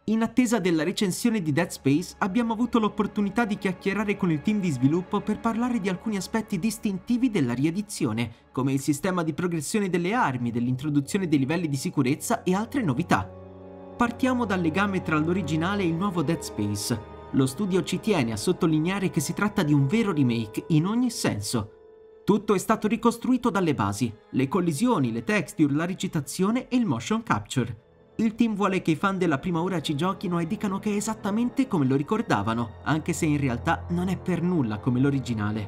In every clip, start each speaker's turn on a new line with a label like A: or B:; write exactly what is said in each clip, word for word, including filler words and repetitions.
A: In attesa della recensione di Dead Space abbiamo avuto l'opportunità di chiacchierare con il team di sviluppo per parlare di alcuni aspetti distintivi della riedizione, come il sistema di progressione delle armi, dell'introduzione dei livelli di sicurezza e altre novità. Partiamo dal legame tra l'originale e il nuovo Dead Space. Lo studio ci tiene a sottolineare che si tratta di un vero remake in ogni senso. Tutto è stato ricostruito dalle basi, le collisioni, le texture, la recitazione e il motion capture. Il team vuole che i fan della prima ora ci giochino e dicano che è esattamente come lo ricordavano, anche se in realtà non è per nulla come l'originale.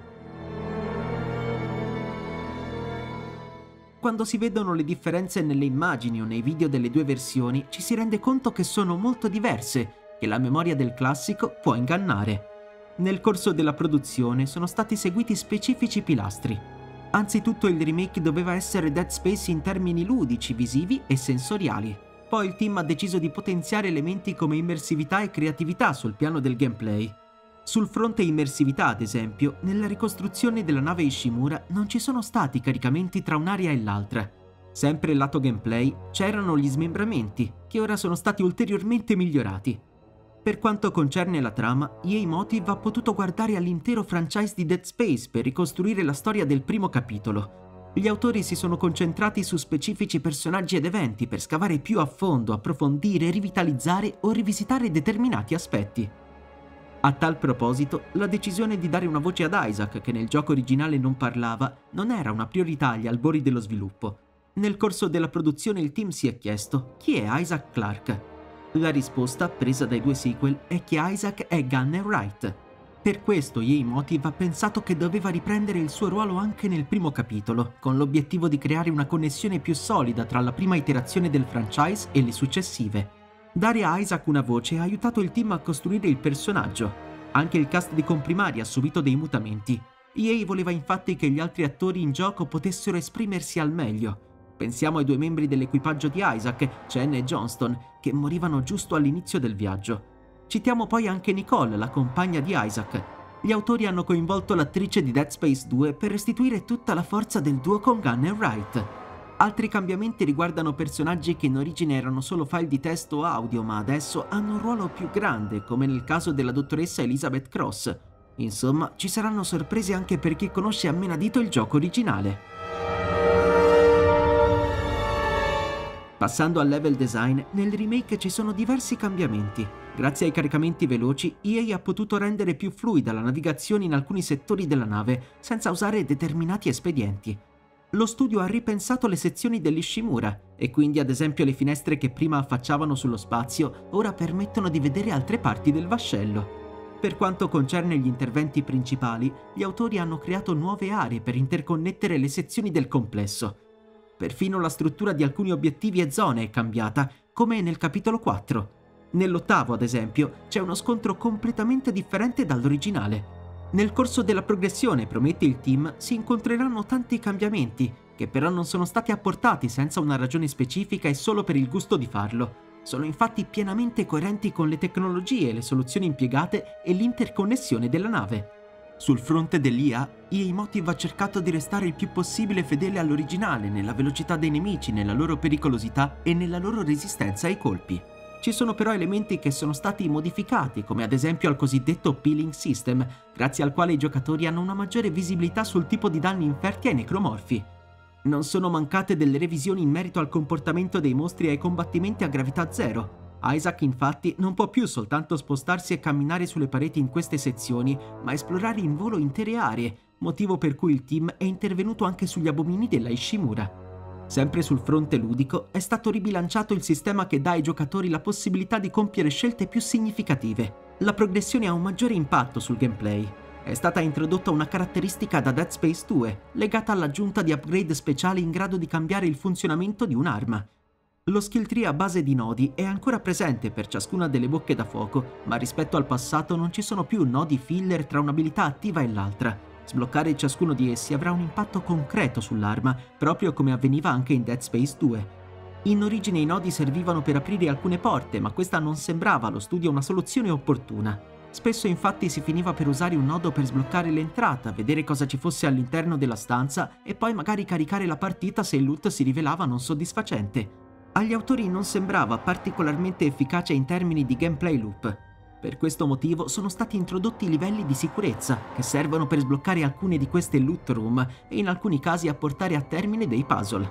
A: Quando si vedono le differenze nelle immagini o nei video delle due versioni, ci si rende conto che sono molto diverse, che la memoria del classico può ingannare. Nel corso della produzione sono stati seguiti specifici pilastri. Anzitutto il remake doveva essere Dead Space in termini ludici, visivi e sensoriali. Poi il team ha deciso di potenziare elementi come immersività e creatività sul piano del gameplay. Sul fronte immersività, ad esempio, nella ricostruzione della nave Ishimura non ci sono stati caricamenti tra un'area e l'altra. Sempre lato gameplay c'erano gli smembramenti, che ora sono stati ulteriormente migliorati. Per quanto concerne la trama, E A Motive ha potuto guardare all'intero franchise di Dead Space per ricostruire la storia del primo capitolo. Gli autori si sono concentrati su specifici personaggi ed eventi per scavare più a fondo, approfondire, rivitalizzare o rivisitare determinati aspetti. A tal proposito, la decisione di dare una voce ad Isaac, che nel gioco originale non parlava, non era una priorità agli albori dello sviluppo. Nel corso della produzione il team si è chiesto: chi è Isaac Clarke? La risposta, presa dai due sequel, è che Isaac è Gunner Wright. Per questo E A Motive ha pensato che doveva riprendere il suo ruolo anche nel primo capitolo, con l'obiettivo di creare una connessione più solida tra la prima iterazione del franchise e le successive. Dare a Isaac una voce ha aiutato il team a costruire il personaggio. Anche il cast di comprimari ha subito dei mutamenti. E A voleva infatti che gli altri attori in gioco potessero esprimersi al meglio. Pensiamo ai due membri dell'equipaggio di Isaac, Chen e Johnston, che morivano giusto all'inizio del viaggio. Citiamo poi anche Nicole, la compagna di Isaac. Gli autori hanno coinvolto l'attrice di Dead Space due per restituire tutta la forza del duo con Gunner Wright. Altri cambiamenti riguardano personaggi che in origine erano solo file di testo o audio, ma adesso hanno un ruolo più grande, come nel caso della dottoressa Elizabeth Cross. Insomma, ci saranno sorprese anche per chi conosce a menadito il gioco originale. Passando al level design, nel remake ci sono diversi cambiamenti. Grazie ai caricamenti veloci, E A ha potuto rendere più fluida la navigazione in alcuni settori della nave, senza usare determinati espedienti. Lo studio ha ripensato le sezioni dell'Ishimura, e quindi ad esempio le finestre che prima affacciavano sullo spazio, ora permettono di vedere altre parti del vascello. Per quanto concerne gli interventi principali, gli autori hanno creato nuove aree per interconnettere le sezioni del complesso. Perfino la struttura di alcuni obiettivi e zone è cambiata, come nel capitolo quattro. Nell'ottavo, ad esempio, c'è uno scontro completamente differente dall'originale. Nel corso della progressione, promette il team, si incontreranno tanti cambiamenti, che però non sono stati apportati senza una ragione specifica e solo per il gusto di farlo. Sono infatti pienamente coerenti con le tecnologie, le soluzioni impiegate e l'interconnessione della nave. Sul fronte dell'I A, E A Motive ha cercato di restare il più possibile fedele all'originale nella velocità dei nemici, nella loro pericolosità e nella loro resistenza ai colpi. Ci sono però elementi che sono stati modificati, come ad esempio al cosiddetto peeling system, grazie al quale i giocatori hanno una maggiore visibilità sul tipo di danni inferti ai necromorfi. Non sono mancate delle revisioni in merito al comportamento dei mostri e ai combattimenti a gravità zero. Isaac infatti non può più soltanto spostarsi e camminare sulle pareti in queste sezioni, ma esplorare in volo intere aree, motivo per cui il team è intervenuto anche sugli abomini della Ishimura. Sempre sul fronte ludico è stato ribilanciato il sistema che dà ai giocatori la possibilità di compiere scelte più significative. La progressione ha un maggiore impatto sul gameplay. È stata introdotta una caratteristica da Dead Space due, legata all'aggiunta di upgrade speciali in grado di cambiare il funzionamento di un'arma. Lo skill tree a base di nodi è ancora presente per ciascuna delle bocche da fuoco, ma rispetto al passato non ci sono più nodi filler tra un'abilità attiva e l'altra. Sbloccare ciascuno di essi avrà un impatto concreto sull'arma, proprio come avveniva anche in Dead Space due. In origine i nodi servivano per aprire alcune porte, ma questa non sembrava allo studio una soluzione opportuna. Spesso infatti si finiva per usare un nodo per sbloccare l'entrata, vedere cosa ci fosse all'interno della stanza e poi magari caricare la partita se il loot si rivelava non soddisfacente. Agli autori non sembrava particolarmente efficace in termini di gameplay loop. Per questo motivo sono stati introdotti livelli di sicurezza che servono per sbloccare alcune di queste loot room e in alcuni casi a portare a termine dei puzzle.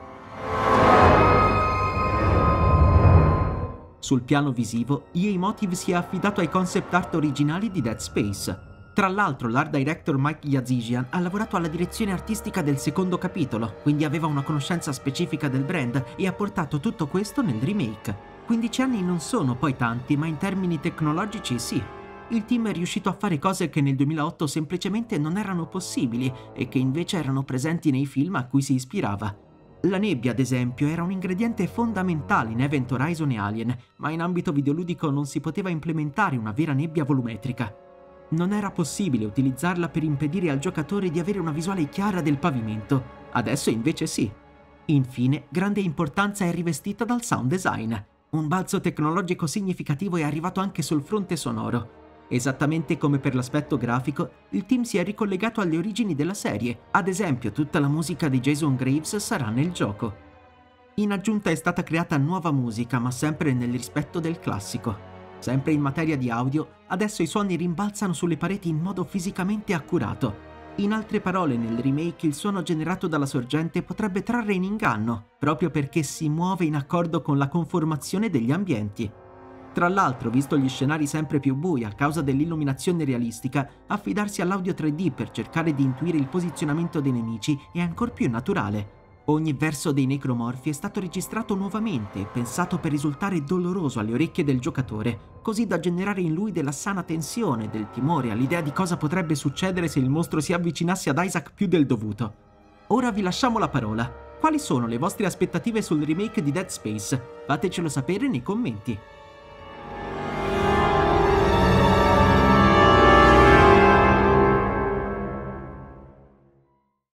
A: Sul piano visivo, E A Motive si è affidato ai concept art originali di Dead Space. Tra l'altro, l'art director Mike Yazijian ha lavorato alla direzione artistica del secondo capitolo, quindi aveva una conoscenza specifica del brand e ha portato tutto questo nel remake. quindici anni non sono poi tanti, ma in termini tecnologici sì. Il team è riuscito a fare cose che nel duemilaotto semplicemente non erano possibili e che invece erano presenti nei film a cui si ispirava. La nebbia, ad esempio, era un ingrediente fondamentale in Event Horizon e Alien, ma in ambito videoludico non si poteva implementare una vera nebbia volumetrica. Non era possibile utilizzarla per impedire al giocatore di avere una visuale chiara del pavimento, adesso invece sì. Infine, grande importanza è rivestita dal sound design. Un balzo tecnologico significativo è arrivato anche sul fronte sonoro. Esattamente come per l'aspetto grafico, il team si è ricollegato alle origini della serie, ad esempio tutta la musica di Jason Graves sarà nel gioco. In aggiunta è stata creata nuova musica, ma sempre nel rispetto del classico. Sempre in materia di audio, adesso i suoni rimbalzano sulle pareti in modo fisicamente accurato. In altre parole, nel remake il suono generato dalla sorgente potrebbe trarre in inganno, proprio perché si muove in accordo con la conformazione degli ambienti. Tra l'altro, visto gli scenari sempre più bui a causa dell'illuminazione realistica, affidarsi all'audio tre D per cercare di intuire il posizionamento dei nemici è ancor più naturale. Ogni verso dei necromorfi è stato registrato nuovamente e pensato per risultare doloroso alle orecchie del giocatore, così da generare in lui della sana tensione, del timore all'idea di cosa potrebbe succedere se il mostro si avvicinasse ad Isaac più del dovuto. Ora vi lasciamo la parola. Quali sono le vostre aspettative sul remake di Dead Space? Fatecelo sapere nei commenti.